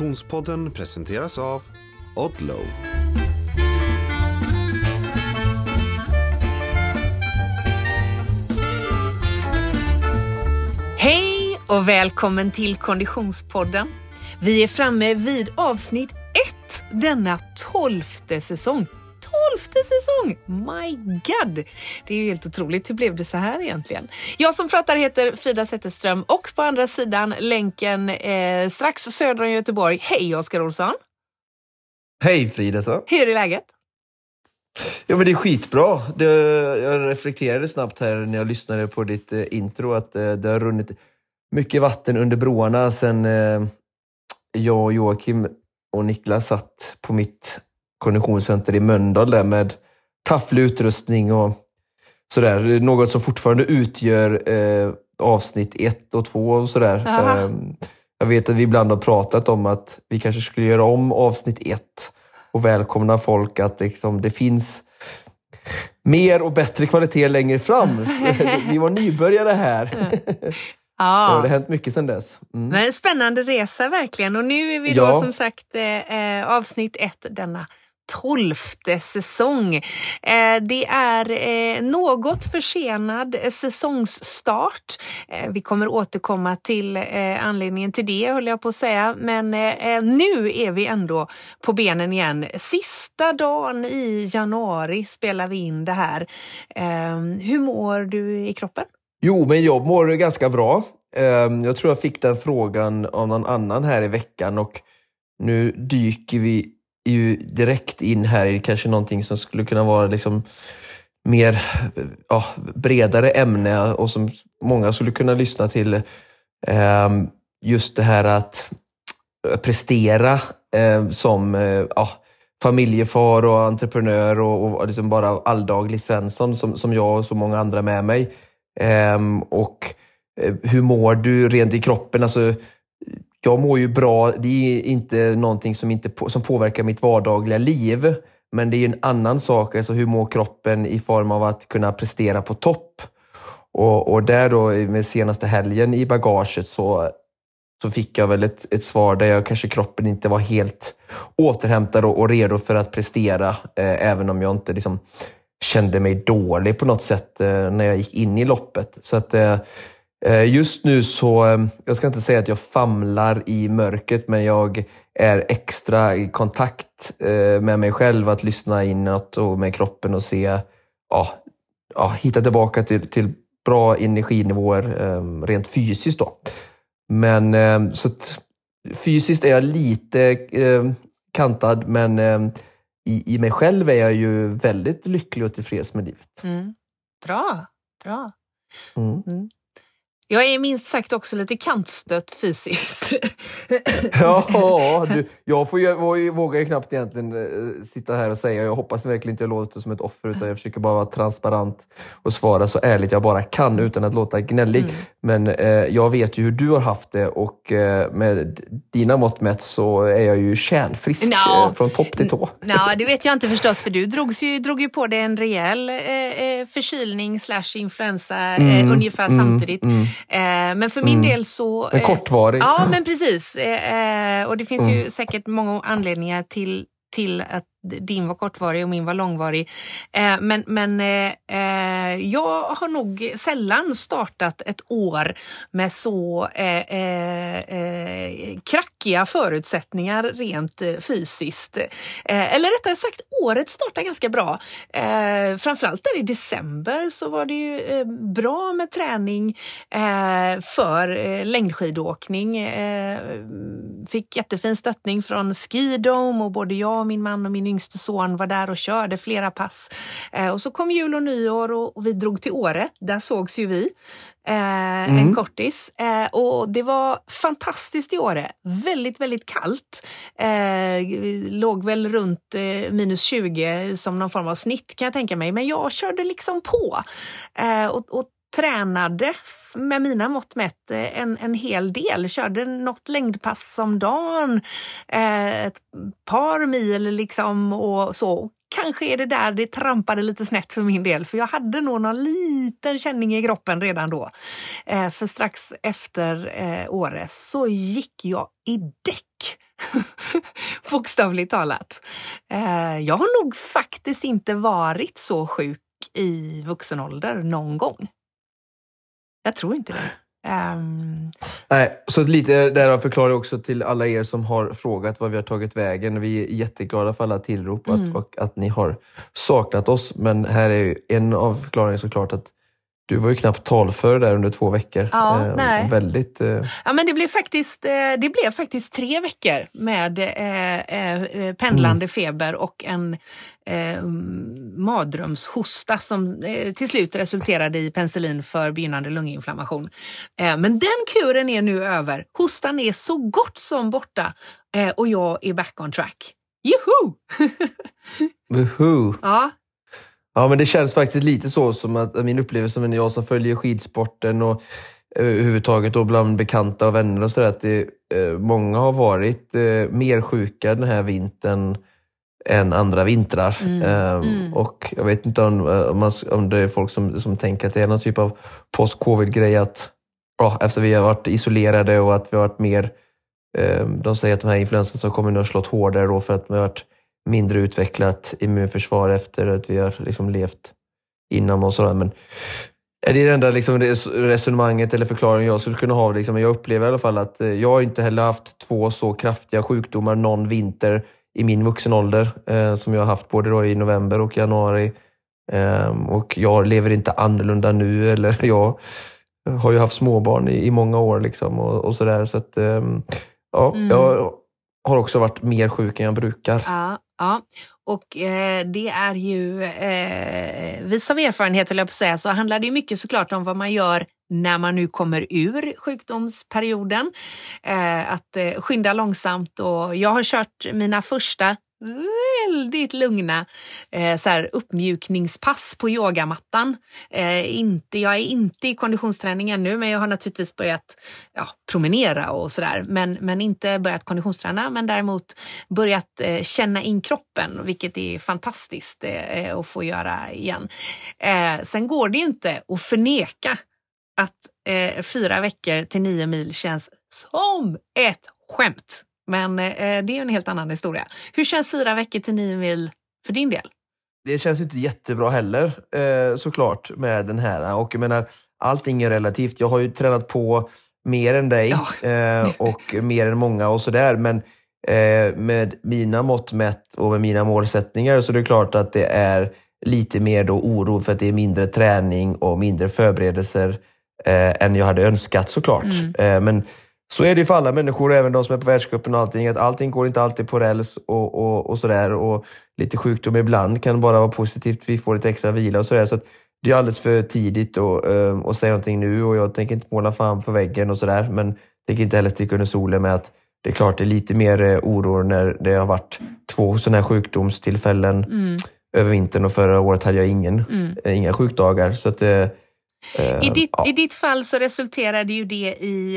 Konditionspodden presenteras av Odlo. Hej och välkommen till Konditionspodden. Vi är framme vid avsnitt 1 denna 12:e säsong. 12:e säsong! My God! Det är ju helt otroligt. Hur blev det så här egentligen? Jag som pratar heter Frida Zetterström och på andra sidan länken strax söder om Göteborg. Hej Oskar Olsson! Hej Frida så. Hur är läget? Ja men det är skitbra. Jag reflekterade snabbt här när jag lyssnade på ditt intro att det har runnit mycket vatten under broarna sen jag, Joakim och Niklas satt på mitt konditionscenter i Mölndal där med tafflig utrustning och sådär. Något som fortfarande utgör avsnitt 1 och 2 och sådär. Jag vet att vi ibland har pratat om att vi kanske skulle göra om avsnitt 1 och välkomna folk att liksom, det finns mer och bättre kvalitet längre fram. Vi var nybörjare här. Ja. Det har hänt mycket sedan dess. Men spännande resa verkligen. Och nu är vi då som sagt avsnitt 1 denna 12:e säsong. Det är något försenad säsongsstart. Vi kommer återkomma till anledningen till det, höll jag på att säga. Men nu är vi ändå på benen igen. Sista dagen i januari spelar vi in det här. Hur mår du i kroppen? Jo, men jag mår ganska bra. Jag tror jag fick den frågan av någon annan här i veckan och nu dyker vi ju direkt in här i kanske någonting som skulle kunna vara liksom mer bredare ämne och som många skulle kunna lyssna till. Just det här att prestera som familjefar och entreprenör och liksom bara alldaglig Svensson som jag och så många andra med mig. Och hur mår du rent i kroppen? Alltså, jag mår ju bra. Det är inte någonting som påverkar mitt vardagliga liv. Men det är en annan sak. Alltså, hur mår kroppen i form av att kunna prestera på topp? Och där då med senaste helgen i bagaget så fick jag väl ett svar där jag kanske kroppen inte var helt återhämtad och redo för att prestera. Även om jag inte liksom kände mig dålig på något sätt när jag gick in i loppet. Så att just nu så, jag ska inte säga att jag famlar i mörkret, men jag är extra i kontakt med mig själv, att lyssna inåt och med kroppen och se, hitta tillbaka till bra energinivåer rent fysiskt då. Men så att fysiskt är jag lite kantad, men i mig själv är jag ju väldigt lycklig och tillfreds med livet. Bra. Jag är minst sagt också lite kantstött fysiskt. Jag vågar ju knappt egentligen sitta här och säga. Jag hoppas verkligen inte jag låter som ett offer, utan jag försöker bara vara transparent och svara så ärligt jag bara kan utan att låta gnällig. Men jag vet ju hur du har haft det och med dina mått mätt så är jag ju kärnfrisk från topp till tå. Det vet jag inte förstås, för du drog ju på dig en rejäl förkylning / influensa ungefär samtidigt. Men för min del så... En kortvarig. Ja, men precis. Och det finns ju säkert många anledningar till att din var kortvarig och min var långvarig. Men jag har nog sällan startat ett år med så krackiga förutsättningar rent fysiskt. Eller rättare sagt, året startar ganska bra. Framförallt där i december så var det ju bra med träning för längdskidåkning. Fick jättefin stöttning från Skidome och både jag och min man och min yngste son var där och körde flera pass. Och så kom jul och nyår och vi drog till Åre. Där sågs ju vi. En kortis. Och det var fantastiskt i Åre. Väldigt, väldigt kallt. Låg väl runt minus 20 som någon form av snitt kan jag tänka mig. Men jag körde liksom på. Och tränade med mina mått mätt en hel del. Körde något längdpass om dagen. Ett par mil liksom och så. Kanske är det där det trampade lite snett för min del. För jag hade nog någon liten känning i kroppen redan då. För strax efter Åre så gick jag i däck. Bokstavligt talat. Jag har nog faktiskt inte varit så sjuk i vuxen ålder någon gång. Jag tror inte det. Nej, så lite därav förklarar jag också till alla er som har frågat vad vi har tagit vägen. Vi är jätteglada för alla tillrop och att ni har saknat oss. Men här är ju en av förklaringarna såklart att du var ju knappt talför där under 2 veckor. Ja, nej. Väldigt... Ja, men det blev faktiskt 3 veckor med pendlande feber och en mardrömshosta som till slut resulterade i penicillin för begynnande lunginflammation. Men den kuren är nu över. Hostan är så gott som borta och jag är back on track. Juhu! Woohoo! Ja. Ja, men det känns faktiskt lite så som att min upplevelse med jag som följer skidsporten och överhuvudtaget och bland bekanta och vänner och sådär att många har varit mer sjuka den här vintern än andra vintrar. Och jag vet inte om det är folk som tänker att det är någon typ av post-covid-grej att efter vi har varit isolerade och att vi har varit mer de säger att de här influenserna som kommer nu har slått hårdare då för att vi har varit mindre utvecklat immunförsvar efter att vi har liksom levt inom och sådär. Men är det enda liksom resonemanget eller förklaringen jag skulle kunna ha? Liksom, jag upplever i alla fall att jag inte heller haft 2 så kraftiga sjukdomar någon vinter i min vuxen ålder som jag har haft både då i november och januari. Och jag lever inte annorlunda nu, eller jag har ju haft småbarn i många år liksom och sådär. Så att jag har också varit mer sjuk än jag brukar. Ja. Och det är ju vis av erfarenhet, vill jag på säga, så handlar det ju mycket såklart om vad man gör när man nu kommer ur sjukdomsperioden. Att skynda långsamt, och jag har kört mina första väldigt lugna så här uppmjukningspass på yogamattan. Jag är inte i konditionsträning ännu, men jag har naturligtvis börjat promenera och sådär. Men inte börjat konditionsträna, men däremot börjat känna in kroppen, vilket är fantastiskt att få göra igen. Sen går det ju inte att förneka att 4 veckor till 9 mil känns som ett skämt. Men det är ju en helt annan historia. Hur känns 4 veckor till 9 mil för din del? Det känns inte jättebra heller såklart med den här. Och jag menar, allting är relativt. Jag har ju tränat på mer än dig och mer än många och sådär. Men med mina mått mätt och med mina målsättningar så är det klart att det är lite mer då oro för att det är mindre träning och mindre förberedelser än jag hade önskat såklart. Men så är det för alla människor, även de som är på världscupen och allting, att allting går inte alltid på räls och sådär, och lite sjukdom ibland kan bara vara positivt, vi får lite extra vila och sådär, så att det är alldeles för tidigt att säga någonting nu, och jag tänker inte måla fan på väggen och sådär, men tänker inte heller sticka under solen med att det är klart det är lite mer oro när det har varit 2 sådana här sjukdomstillfällen över vintern, och förra året hade jag inga sjukdagar, så att I ditt fall så resulterade ju det i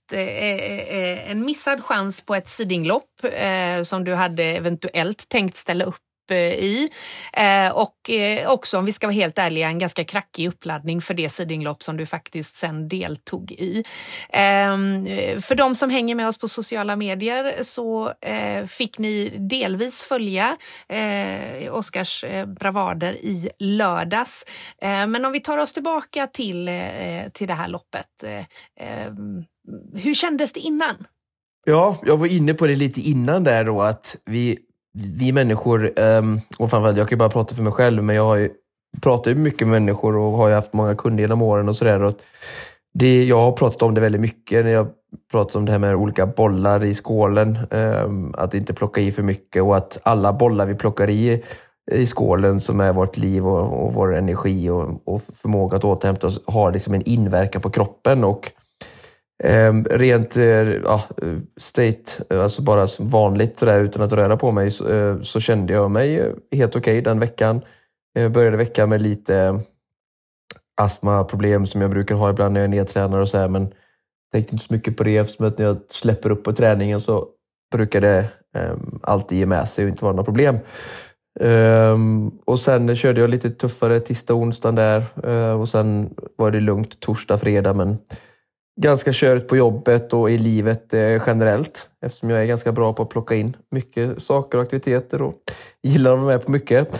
en missad chans på ett sidinglopp som du hade eventuellt tänkt ställa upp i, och också, om vi ska vara helt ärliga, en ganska krackig uppladdning för det sidinglopp som du faktiskt sen deltog i. För de som hänger med oss på sociala medier så fick ni delvis följa Oskars bravader i lördags. Men om vi tar oss tillbaka till det här loppet, hur kändes det innan? Ja, jag var inne på det lite innan där då, att vi människor, och framförallt jag kan ju bara prata för mig själv, men jag pratar ju mycket med människor och har ju haft många kunder genom åren och sådär. Jag har pratat om det väldigt mycket när jag pratat om det här med olika bollar i skålen, att inte plocka i för mycket, och att alla bollar vi plockar i skålen som är vårt liv och vår energi och förmåga att återhämta oss har liksom en inverkan på kroppen. Och rent state, alltså bara vanligt sådär utan att röra på mig, så kände jag mig helt okej den veckan. Jag började veckan med lite astmaproblem som jag brukar ha ibland när jag är nedtränare och så här, men tänkte inte så mycket på det, eftersom att när jag släpper upp på träningen så brukar det alltid ge med sig och inte vara några problem. Och sen körde jag lite tuffare tisdag och onsdag där, och sen var det lugnt torsdag, fredag, men ganska körigt på jobbet och i livet generellt. Eftersom jag är ganska bra på att plocka in mycket saker och aktiviteter och gillar att vara med på mycket.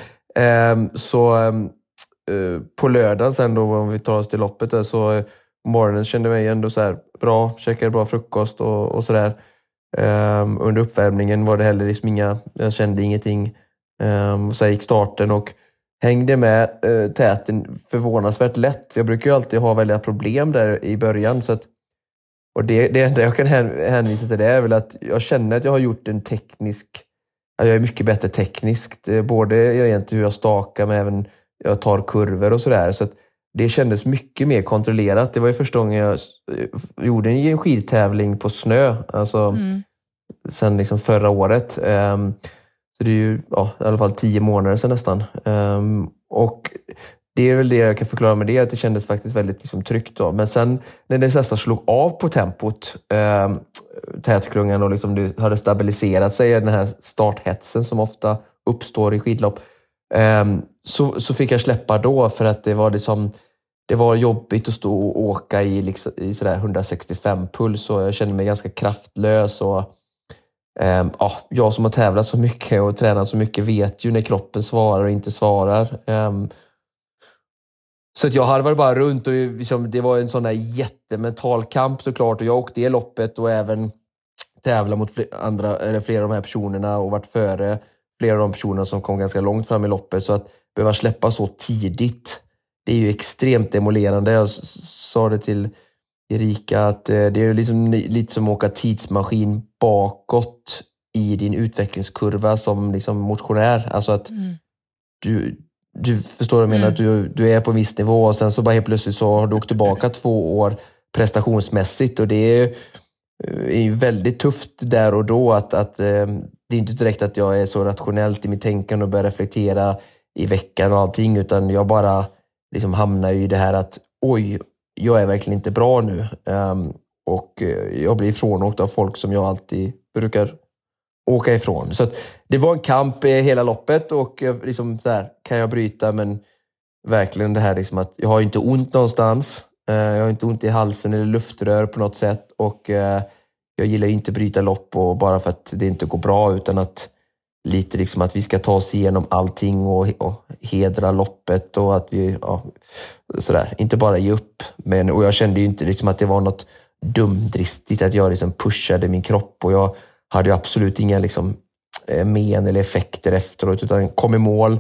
På lördagen sen då, om vi tar oss till loppet där, så morgonen kände jag mig ändå så här bra, käkade bra frukost och sådär. Under uppvärmningen var det heller liksom jag kände ingenting. Så gick starten och hängde med täten förvånansvärt lätt. Jag brukar ju alltid ha väldiga problem där i början. Så att, och det enda jag kan hänvisa till det är väl att jag känner att jag har gjort en jag är mycket bättre tekniskt. Både egentligen hur jag stakar men även jag tar kurvor och sådär. Så att det kändes mycket mer kontrollerat. Det var ju första gången jag gjorde en skidtävling på snö. Alltså sen liksom förra året. Så det är ju i alla fall 10 månader sedan nästan. Och det är väl det jag kan förklara med det. Att det kändes faktiskt väldigt liksom tryggt då. Men sen när det nästan slog av på tempot. Tätklungan och liksom det hade stabiliserat sig. Den här starthetsen som ofta uppstår i skidlopp. Så fick jag släppa då. För att det var jobbigt att stå och åka i sådär 165 puls. Och jag kände mig ganska kraftlös och jag som har tävlat så mycket och tränat så mycket vet ju när kroppen svarar och inte svarar. Så att jag hade varit bara runt och liksom, det var en sån där jättemental kamp såklart. Och jag åkte i loppet och även tävlat mot flera av de här personerna och varit före flera av de personerna som kom ganska långt fram i loppet. Så att behöva släppa så tidigt, det är ju extremt demolerande. Jag sa det till Erika att det är liksom lite som att åka tidsmaskin bakåt i din utvecklingskurva som liksom motionär. Alltså att du förstår vad jag menar, att du är på en viss nivå och sen så bara helt plötsligt så har du åkt tillbaka 2 år prestationsmässigt och det är ju väldigt tufft där och då att det är inte direkt att jag är så rationellt i mitt tänkande och börjar reflektera i veckan och allting, utan jag bara liksom hamnar i det här att oj, jag är verkligen inte bra nu. Och jag blir ifrånåkt av folk som jag alltid brukar åka ifrån. Så att det var en kamp i hela loppet och liksom där kan jag bryta, men verkligen det här liksom att jag har inte ont någonstans. Jag har inte ont i halsen eller luftrör på något sätt och jag gillar inte bryta lopp och bara för att det inte går bra, utan att lite liksom att vi ska ta oss igenom allting och hedra loppet och att vi sådär, inte bara ge upp. Och jag kände ju inte liksom att det var något dumdristigt att jag liksom pushade min kropp och jag hade ju absolut inga liksom men eller effekter efteråt, utan kom i mål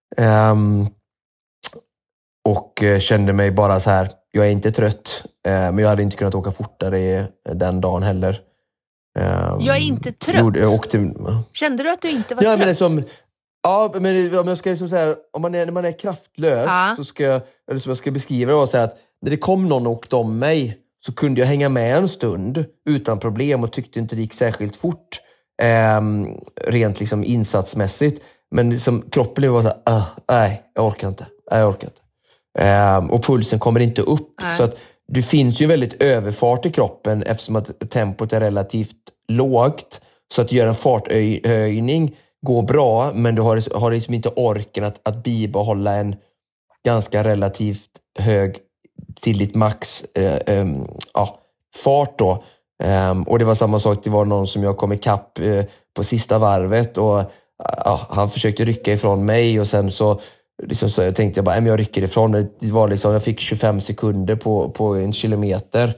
och kände mig bara så här, jag är inte trött men jag hade inte kunnat åka fortare den dagen heller. Jag är inte trött. Kände du att du inte var trött? Men liksom, men om jag ska liksom säga, när man är kraftlös så ska jag, eller som jag ska beskriva det och säga att när det kom någon och åkte om mig så kunde jag hänga med en stund utan problem och tyckte inte det gick särskilt fort rent liksom insatsmässigt, men liksom kroppen var så här, nej, jag orkar inte. Och pulsen kommer inte upp. Så att det finns ju väldigt överfart i kroppen eftersom att tempot är relativt lågt. Så att göra en farthöjning går bra, men du har liksom inte orken att bibehålla en ganska relativt hög till ditt max fart då. Och det var samma sak, det var någon som jag kom ikapp på sista varvet och han försökte rycka ifrån mig och sen så liksom så tänkte jag bara, men jag rycker ifrån. Det var liksom, jag fick 25 sekunder på 1 kilometer.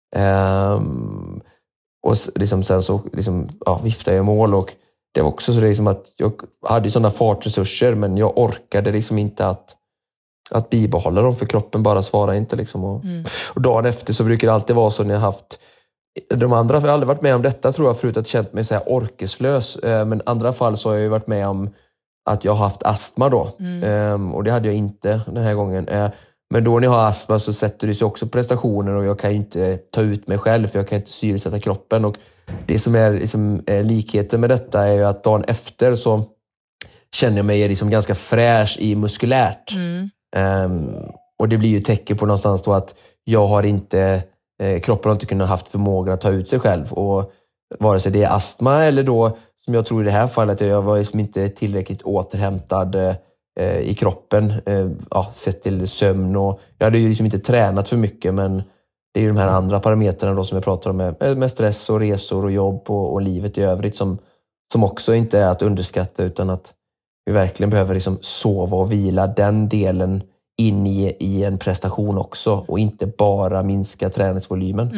Och liksom sen så liksom, viftade jag i mål och det var också så liksom att jag hade sådana fartresurser, men jag orkade liksom inte att bibehålla dem för kroppen bara svarar inte liksom. Och dagen efter så brukar det alltid vara så när jag haft de andra, för jag har aldrig varit med om detta tror jag förut, att känt mig så här orkeslös, men andra fall så har jag ju varit med om att jag har haft astma då. Och det hade jag inte den här gången. Men då när jag har astma så sätter det sig också prestationer och jag kan ju inte ta ut mig själv för jag kan inte syresätta kroppen. Och det som är liksom, likheten med detta är ju att dagen efter så känner jag mig liksom ganska fräsch i muskulärt. Och det blir ju tecken på någonstans då att jag har inte, kroppen har inte kunnat haft förmågan att ta ut sig själv. Och vare sig det är astma eller då, som jag tror i det här fallet, jag var liksom inte tillräckligt återhämtad i kroppen, sett till sömn, och jag hade ju liksom inte tränat för mycket, men det är ju de här andra parametrarna då som jag pratar om med stress och resor och jobb och livet i övrigt som också inte är att underskatta, utan att vi verkligen behöver liksom sova och vila den delen in i en prestation också och inte bara minska träningsvolymen.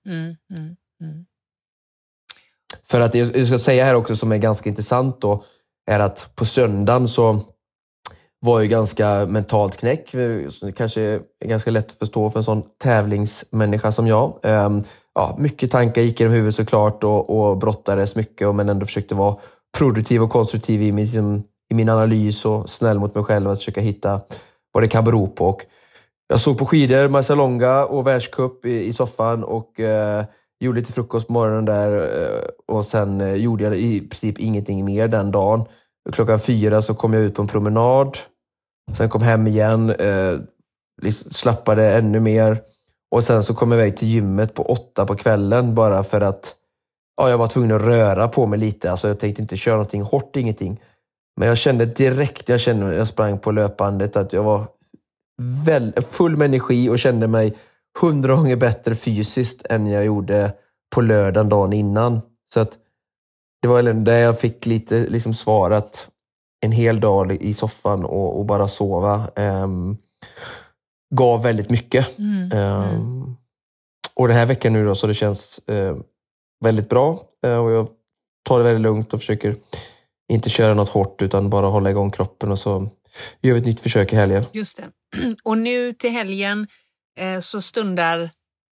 För att jag ska säga här också som är ganska intressant då, är att på söndagen så var ju ganska mentalt knäck. Det kanske är ganska lätt att förstå för en sån tävlingsmänniska som jag. Mycket tankar gick genom huvudet såklart och brottades mycket, men ändå försökte vara produktiv och konstruktiv i min analys och snäll mot mig själv att försöka hitta vad det kan bero på. Och jag såg på skidor, Marcialonga och världscup i soffan och gjorde lite frukost på morgonen där och sen gjorde jag i princip ingenting mer den dagen. 4:00 så kom jag ut på en promenad. Sen kom hem igen, slappade ännu mer. Och sen så kom jag iväg till gymmet på 8 på kvällen bara för att jag var tvungen att röra på mig lite. Alltså jag tänkte inte köra någonting hårt, ingenting. Men jag kände direkt när jag sprang på löpbandet att jag var full med energi och kände mig 100 gånger bättre fysiskt än jag gjorde på lördagen dagen innan. Så att det var där jag fick lite liksom svarat en hel dag i soffan och bara sova. Gav väldigt mycket. Och den här veckan nu då så det känns väldigt bra. Och jag tar det väldigt lugnt och försöker inte köra något hårt utan bara hålla igång kroppen och så gör vi ett nytt försök i helgen. Just det. Och nu till helgen så stundar...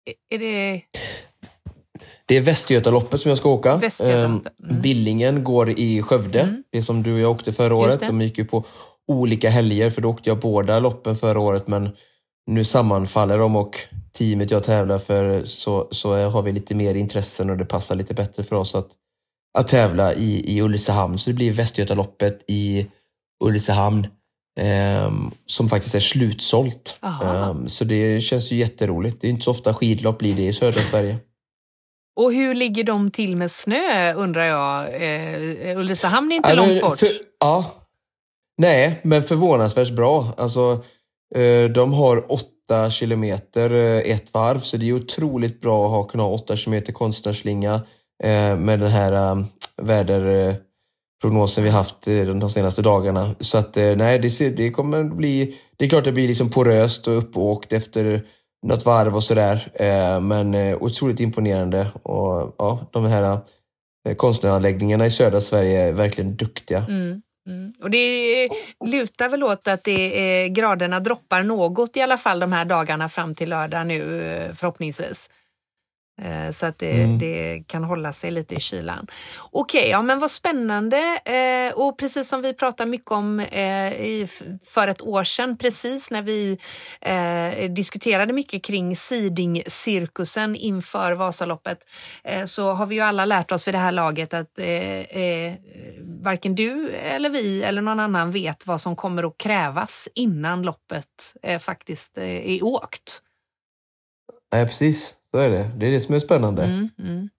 Det är Västgötaloppet som jag ska åka. Billingen går i Skövde. Det som du och jag åkte förra året. De gick ju på olika helger för då åkte jag båda loppen förra året. Men nu sammanfaller de och teamet jag tävlar för så har vi lite mer intressen och det passar lite bättre för oss att tävla i Ulricehamn. Så det blir Västgötaloppet i Ulricehamn som faktiskt är slutsålt. Så det känns ju jätteroligt. Det är inte så ofta skidlopp blir det i södra Sverige. Och hur ligger de till med snö, undrar jag? Ulricehamn är inte långt bort. Nej, men förvånansvärt bra. Alltså, de har 8 kilometer ett varv, så det är otroligt bra att kunna ha 8 kilometer konstnärslinga med den här väderprognosen vi haft de senaste dagarna. Så att det kommer bli... Det är klart det blir liksom poröst och uppåkt efter något varv och sådär. Men otroligt imponerande. Och de här konstnäranläggningarna i södra Sverige är verkligen duktiga. Och det lutar väl åt att graderna droppar något i alla fall de här dagarna fram till lördag nu förhoppningsvis. Så att det kan hålla sig lite i kylan. Okej, men vad spännande. Och precis som vi pratade mycket om för ett år sedan, precis när vi diskuterade mycket kring seeding-cirkusen inför Vasaloppet, så har vi ju alla lärt oss vid det här laget att varken du eller vi eller någon annan vet vad som kommer att krävas innan loppet faktiskt är åkt. Ja, precis. Så är det. Det är det som är spännande.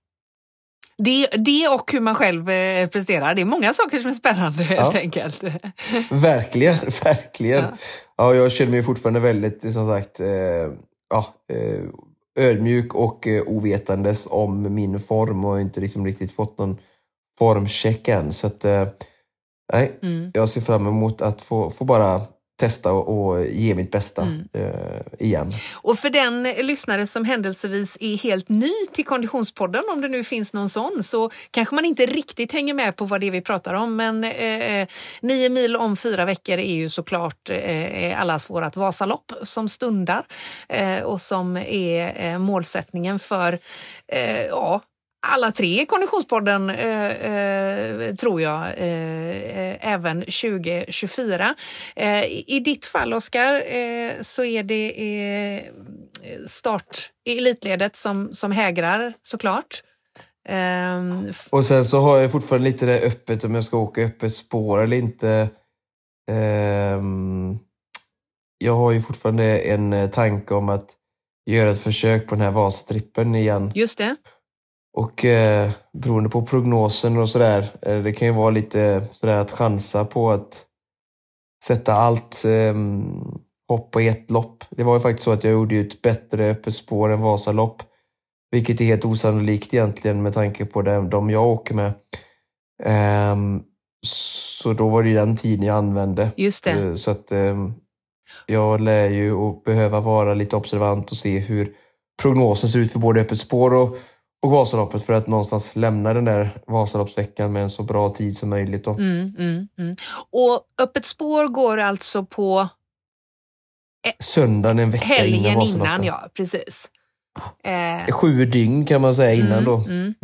Det och hur man själv presterar. Det är många saker som är spännande helt enkelt. Verkligen. Ja, jag känner mig fortfarande väldigt, som sagt, ödmjuk och ovetandes om min form och inte liksom riktigt fått någon formcheck än. Så att, jag ser fram emot att få bara testa och ge mitt bästa igen. Och för den lyssnare som händelsevis är helt ny till Konditionspodden, om det nu finns någon sån, så kanske man inte riktigt hänger med på vad det är vi pratar om. Men 9 mil om 4 veckor är ju såklart allas vårat Vasalopp som stundar och som är målsättningen för alla 3 i Konditionspodden tror jag även 2024. I ditt fall, Oskar, så är det start i elitledet som hägrar såklart. Och sen så har jag fortfarande lite det öppet om jag ska åka öppet spår eller inte. Jag har ju fortfarande en tanke om att göra ett försök på den här Vasatrippen igen. Just det. Och beroende på prognosen och sådär, det kan ju vara lite sådär att chansa på att sätta allt hopp på ett lopp. Det var ju faktiskt så att jag gjorde ett bättre öppet spår än Vasalopp. Vilket är helt osannolikt egentligen med tanke på de jag åker med. Så då var det ju den tiden jag använde. Just det. Så att jag lär ju att behöva vara lite observant och se hur prognosen ser ut för både öppet spår och Vasaloppet för att någonstans lämna den där Vasaloppsveckan med en så bra tid som möjligt. Då. Och öppet spår går alltså på söndagen en vecka helgen innan Vasaloppet. Innan, ja, precis. 7 dygn kan man säga innan då.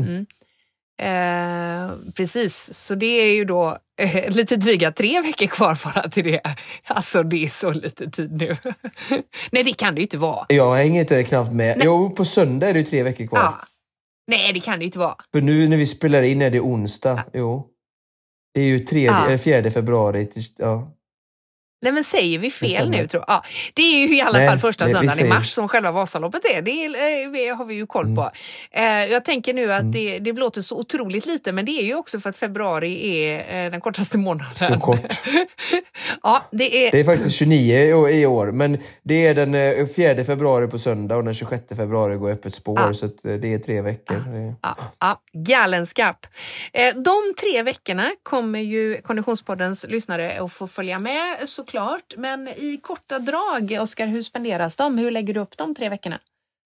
Precis, så det är ju då lite dryga 3 veckor kvar bara till det. Alltså det är så lite tid nu. Nej, det kan det ju inte vara. Jag hänger inte knappt med. Nej. Jo, på söndag är det ju 3 veckor kvar. Ja. Nej, det kan det inte vara. För nu när vi spelar in är det onsdag. Ja. Jo. Det är ju 4 februari. Ja. Nej, men säger vi fel nu tror jag? Ja, det är ju i alla fall första söndagen i mars som själva Vasaloppet är. Det har vi ju koll på. Jag tänker nu att det låter så otroligt lite, men det är ju också för att februari är den kortaste månaden. Så kort. Ja, det är faktiskt 29 i år, men det är den 4 februari på söndag och den 26 februari går öppet spår, så att det är 3 veckor. Galenskap. De 3 veckorna kommer ju Konditionspoddens lyssnare att få följa med såklart, men i korta drag, Oskar, hur spenderas de? Hur lägger du upp de 3 veckorna?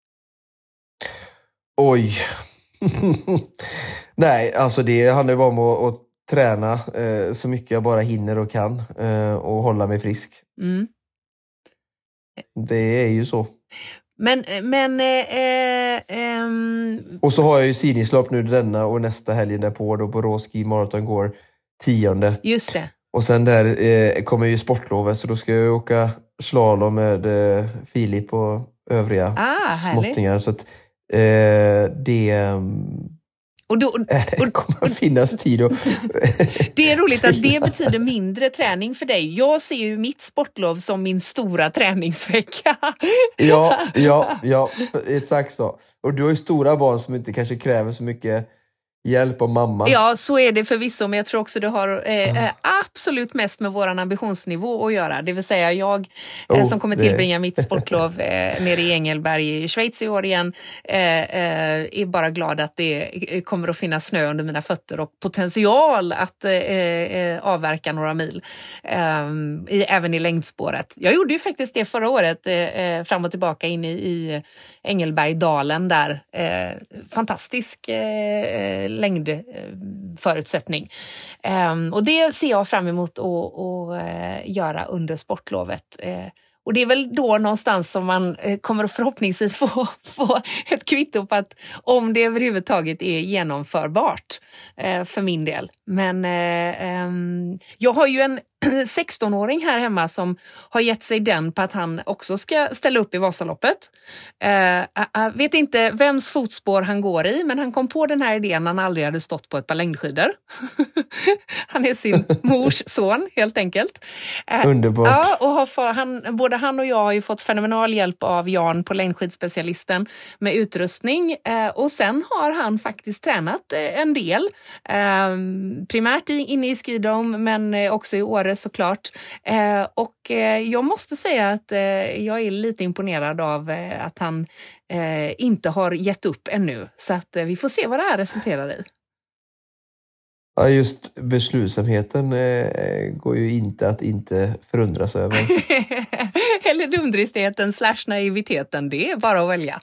Oj. Nej, alltså det handlar ju bara om att träna så mycket jag bara hinner och kan och hålla mig frisk. Det är ju så. Och så har jag ju sidningslopp nu denna och nästa helgen därpå då på Roski Marathon går 10. Just det. Och sen där kommer ju sportlovet, så då ska jag åka slalom med Filip och övriga småttingar. Så att det kommer att finnas tid. Det är roligt att det betyder mindre träning för dig. Jag ser ju mitt sportlov som min stora träningsvecka. Ja, exakt så. Och du har ju stora barn som inte kanske kräver så mycket hjälp av mamma. Ja, så är det förvisso, men jag tror också det har absolut mest med våran ambitionsnivå att göra. Det vill säga jag som kommer tillbringa mitt sportlov nere i Engelberg i Schweiz i år igen är bara glad att det kommer att finnas snö under mina fötter och potential att avverka några mil även i längdspåret. Jag gjorde ju faktiskt det förra året fram och tillbaka in i Engelbergdalen där. Fantastisk längdförutsättning. Och det ser jag fram emot att göra under sportlovet. Och det är väl då någonstans som man kommer att förhoppningsvis få ett kvitto på att om det överhuvudtaget är genomförbart för min del. Men jag har ju en 16-åring här hemma som har gett sig den på att han också ska ställa upp i Vasaloppet. Jag vet inte vems fotspår han går i, men han kom på den här idén när han aldrig hade stått på ett par längdskidor. Han är sin mors son helt enkelt. Underbart. Ja, och både han och jag har ju fått fenomenal hjälp av Jan på längdskidspecialisten med utrustning. Och sen har han faktiskt tränat en del. Primärt inne i Skidome, men också i Åre såklart. Och jag måste säga att jag är lite imponerad av att han inte har gett upp ännu. Så att vi får se vad det här resulterar i. Ja, just beslutsamheten går ju inte att inte förundras över. Eller dumdristigheten / naiviteten, det är bara att välja.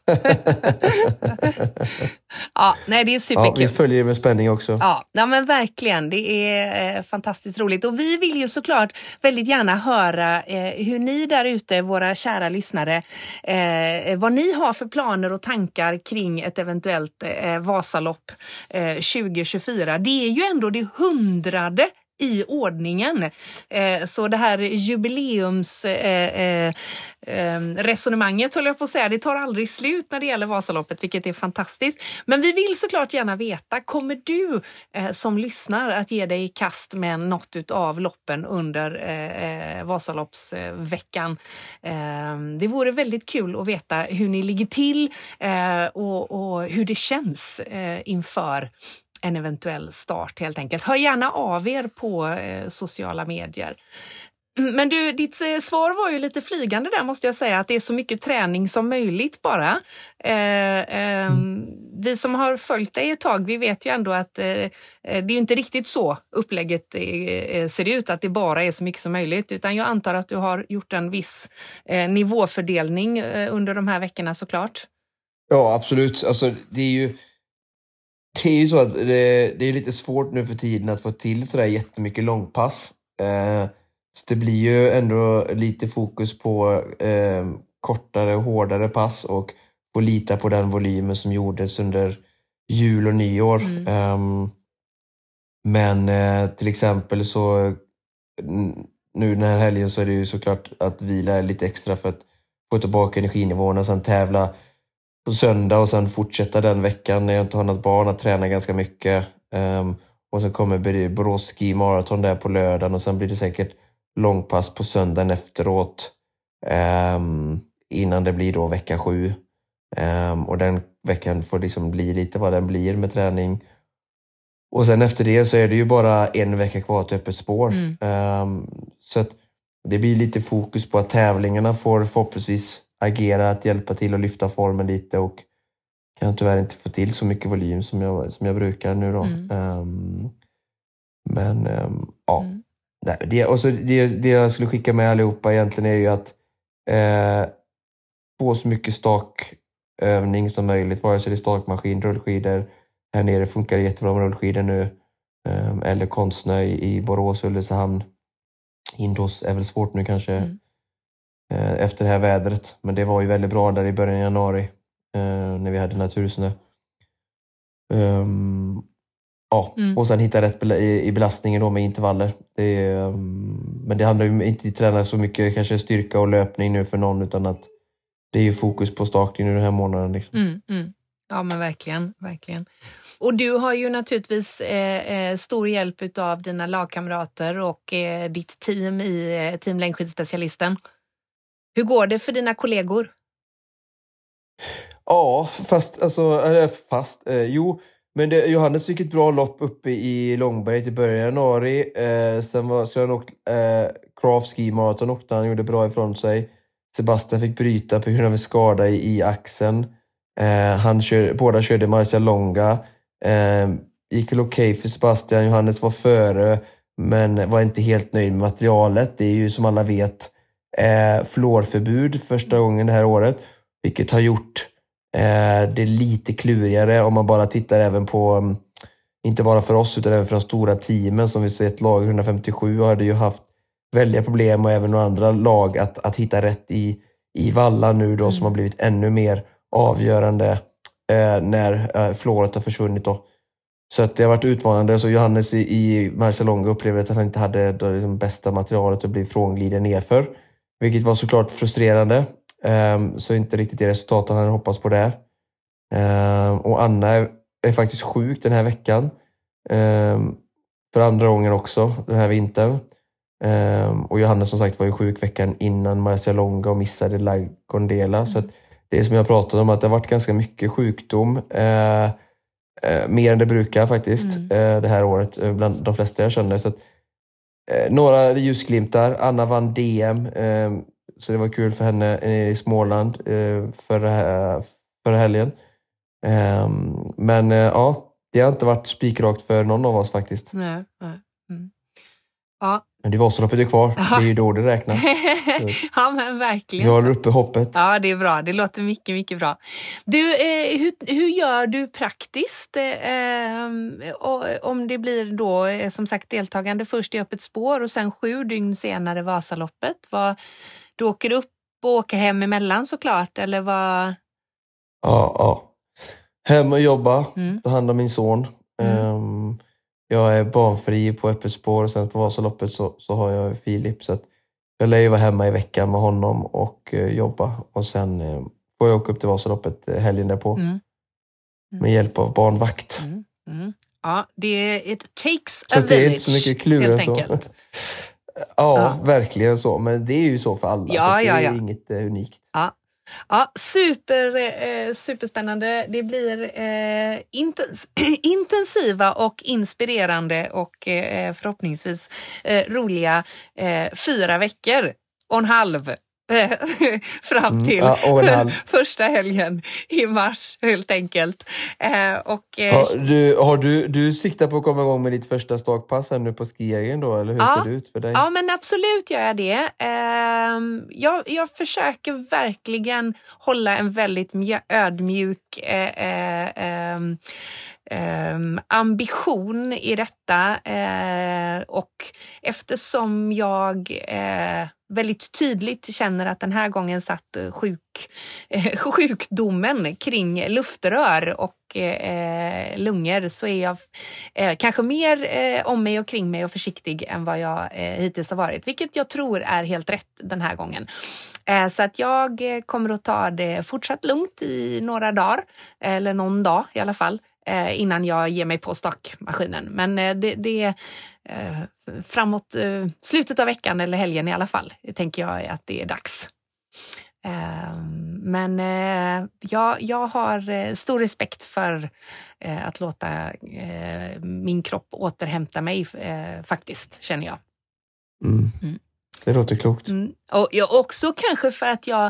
Ja, nej, det är superkul. Ja, vi följer det med spänning också. Ja, men verkligen. Det är fantastiskt roligt. Och vi vill ju såklart väldigt gärna höra hur ni där ute, våra kära lyssnare, vad ni har för planer och tankar kring ett eventuellt Vasalopp 2024. Det är ju ändå det 100:e i ordningen. Så det här jubileumsresonemanget håller jag på att säga, det tar aldrig slut när det gäller Vasaloppet, vilket är fantastiskt. Men vi vill såklart gärna veta, kommer du som lyssnar att ge dig i kast med något av loppen under Vasaloppsveckan? Det vore väldigt kul att veta hur ni ligger till och hur det känns inför en eventuell start helt enkelt. Hör gärna av er på sociala medier. Men du, ditt svar var ju lite flygande där måste jag säga, att det är så mycket träning som möjligt bara. Vi som har följt dig ett tag, vi vet ju ändå att det är ju inte riktigt så upplägget ser ut, att det bara är så mycket som möjligt, utan jag antar att du har gjort en viss nivåfördelning under de här veckorna såklart. Ja, absolut. Alltså, det är ju så att det är lite svårt nu för tiden att få till sådär jättemycket långpass. Så det blir ju ändå lite fokus på kortare och hårdare pass och få lita på den volymen som gjordes under jul och nyår. Men till exempel så nu den här helgen så är det ju såklart att vila lite extra för att få tillbaka energinivåerna och sen tävla på söndag och sen fortsätta den veckan när jag inte har något barn att träna ganska mycket. Och sen kommer Borås Ski Marathon där på lördagen och sen blir det säkert långpass på söndagen efteråt innan det blir då vecka 7. Och den veckan får liksom bli lite vad den blir med träning. Och sen efter det så är det ju bara en vecka kvar till öppet spår. Så att det blir lite fokus på att tävlingarna får förhoppningsvis agera, att hjälpa till att lyfta formen lite, och kan tyvärr inte få till så mycket volym som jag brukar nu då. Det jag skulle skicka med allihopa egentligen är ju att få så mycket stakövning som möjligt, vare sig det är stakmaskin, rullskidor. Här nere funkar det jättebra med rullskidor nu. Eller konstsnö i Borås och Ulricehamn. Indos är väl svårt nu kanske efter det här vädret. Men det var ju väldigt bra där i början av januari när vi hade natursnö. Och sen hitta rätt i belastningen då med intervaller. Men det handlar ju inte om att träna så mycket kanske styrka och löpning nu för någon, utan att det är ju fokus på stakning den här månaden. Liksom. Ja, men verkligen, verkligen. Och du har ju naturligtvis stor hjälp av dina lagkamrater och ditt team i Team Längdskidspecialisten. Hur går det för dina kollegor? Ja, men Johannes fick ett bra lopp uppe i Långberg i början av januari. Sen så han åkt Craft Ski Marathon, och han gjorde bra ifrån sig. Sebastian fick bryta på grund av en skada i axeln. Båda körde Marcialonga. Gick väl okej för Sebastian. Johannes var före, men var inte helt nöjd med materialet. Det är ju som alla vet fluorförbud första gången det här året, vilket har gjort det lite klurigare om man bara tittar även på, inte bara för oss utan även för de stora teamen. Som vi sett, lag 157 hade ju haft väldiga problem, och även några andra lag att hitta rätt i valla nu då, som har blivit ännu mer avgörande när fluoret har försvunnit då. Så att det har varit utmanande. Så Johannes i Marcialonga upplevde att han inte hade det liksom bästa materialet och blev frångliden nerför, vilket var såklart frustrerande. Så inte riktigt det resultatet han hade hoppats på där. Och Anna är faktiskt sjuk den här veckan. För andra gången också den här vintern. Och Johannes som sagt var ju sjuk veckan innan Marcialonga och missade La Condela. Så att det är som jag pratade om, att det har varit ganska mycket sjukdom. Mer än det brukar faktiskt det här året bland de flesta jag känner. Så att, några ljusglimtar. Anna vann DM. Så det var kul för henne i Småland förra helgen. Men ja, det har inte varit spikrakt för någon av oss faktiskt. Nej. Ja. Men det var så loppet är kvar. Det är ju då det räknas. Ja, men verkligen. Vi håller uppe hoppet. Ja, det är bra. Det låter mycket, mycket bra. Du, hur gör du praktiskt? Om det blir då som sagt deltagande först i öppet spår och sen 7 dygn senare Vasaloppet. Du åker upp och åker hem emellan såklart, eller vad? Ja. Hem och jobba. Ta hand om min son. Jag är barnfri på öppet spår, och sen på Vasaloppet så har jag Filip, så att jag lär ju vara hemma i veckan med honom och jobba, och sen får jag åka upp till Vasaloppet helgen därpå med hjälp av barnvakt. Ja, it takes så a det är village, inte så mycket klurigt så. Ja, verkligen så, men det är ju så för alla, så det är inget unikt. Ja. Ja, superspännande. Det blir intensiva och inspirerande och förhoppningsvis roliga 4 veckor och en halv fram till första helgen i mars helt enkelt. Du siktar på att komma igång med ditt första stakpass här nu på skieringen då, eller hur ser det ut för dig? Ja, men absolut gör jag det. Jag försöker verkligen hålla en väldigt ödmjuk ambition i detta och eftersom jag väldigt tydligt känner att den här gången satt sjukdomen kring luftrör och lungor, så är jag kanske mer om mig och kring mig och försiktig än vad jag hittills har varit, vilket jag tror är helt rätt den här gången. Så att jag kommer att ta det fortsatt lugnt i några dagar, eller någon dag i alla fall, innan jag ger mig på stakmaskinen. Men det är framåt slutet av veckan eller helgen i alla fall, tänker jag att det är dags. Men jag har stor respekt för att låta min kropp återhämta mig faktiskt, känner jag. Det låter klokt. Och också kanske för att jag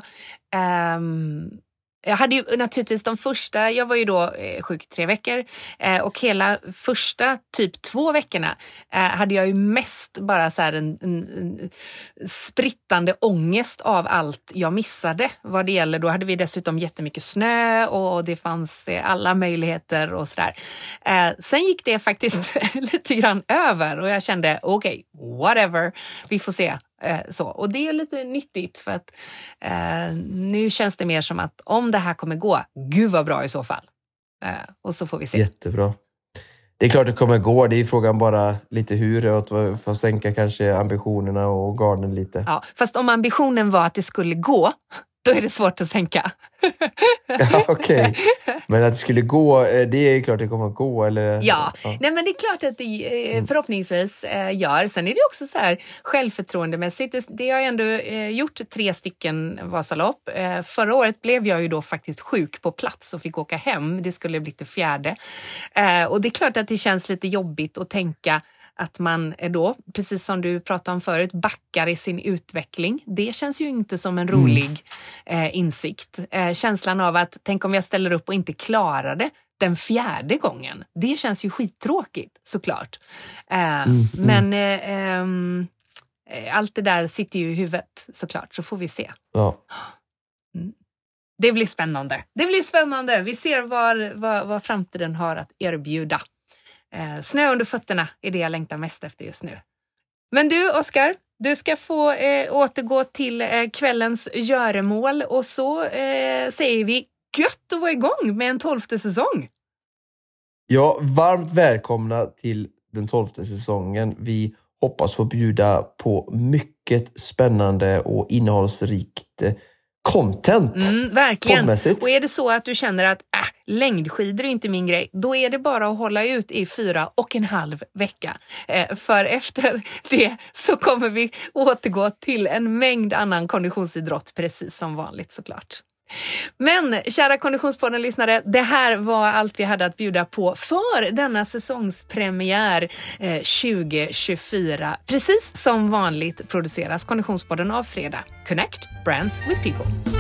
hade ju naturligtvis jag var ju då sjuk 3 veckor och hela första typ 2 veckorna hade jag ju mest bara så här en sprittande ångest av allt jag missade vad det gäller. Då hade vi dessutom jättemycket snö och det fanns alla möjligheter och sådär. Sen gick det faktiskt lite grann över och jag kände okej, whatever, vi får se. Så. Och det är lite nyttigt för att nu känns det mer som att om det här kommer gå, gud vad bra i så fall. Och så får vi se. Jättebra. Det är klart det kommer gå, det är frågan bara lite hur och att få sänka kanske ambitionerna och garden lite. Ja, fast om ambitionen var att det skulle gå, då är det svårt att sänka. Ja, okej. Men att det skulle gå, det är klart det kommer att gå. Eller? Ja. Nej, men det är klart att det förhoppningsvis gör. Sen är det också så här självförtroendemässigt. Det har jag ändå gjort 3 stycken Vasalopp. Förra året blev jag ju då faktiskt sjuk på plats och fick åka hem. Det skulle bli det 4:e. Och det är klart att det känns lite jobbigt att tänka att man då, precis som du pratade om förut, backar i sin utveckling. Det känns ju inte som en rolig insikt. Känslan av att, tänk om jag ställer upp och inte klarar det den 4:e gången. Det känns ju skittråkigt, såklart. Men allt det där sitter ju i huvudet, såklart. Så får vi se. Ja. Det blir spännande. Vi ser vad framtiden har att erbjuda. Snö under fötterna är det jag längtar mest efter just nu. Men du, Oskar, du ska få återgå till kvällens göremål och så säger vi gött att vara igång med en 12:e säsong. Ja, varmt välkomna till den 12:e säsongen. Vi hoppas få bjuda på mycket spännande och innehållsrikt content. Verkligen. Poddmässigt. Och är det så att du känner att längdskidor är inte min grej, då är det bara att hålla ut i 4,5 vecka. För efter det så kommer vi återgå till en mängd annan konditionsidrott, precis som vanligt såklart. Men kära Konditionspodden-lyssnare, det här var allt vi hade att bjuda på för denna säsongspremiär 2024. Precis som vanligt produceras Konditionspodden av Fredag. Connect Brands with People.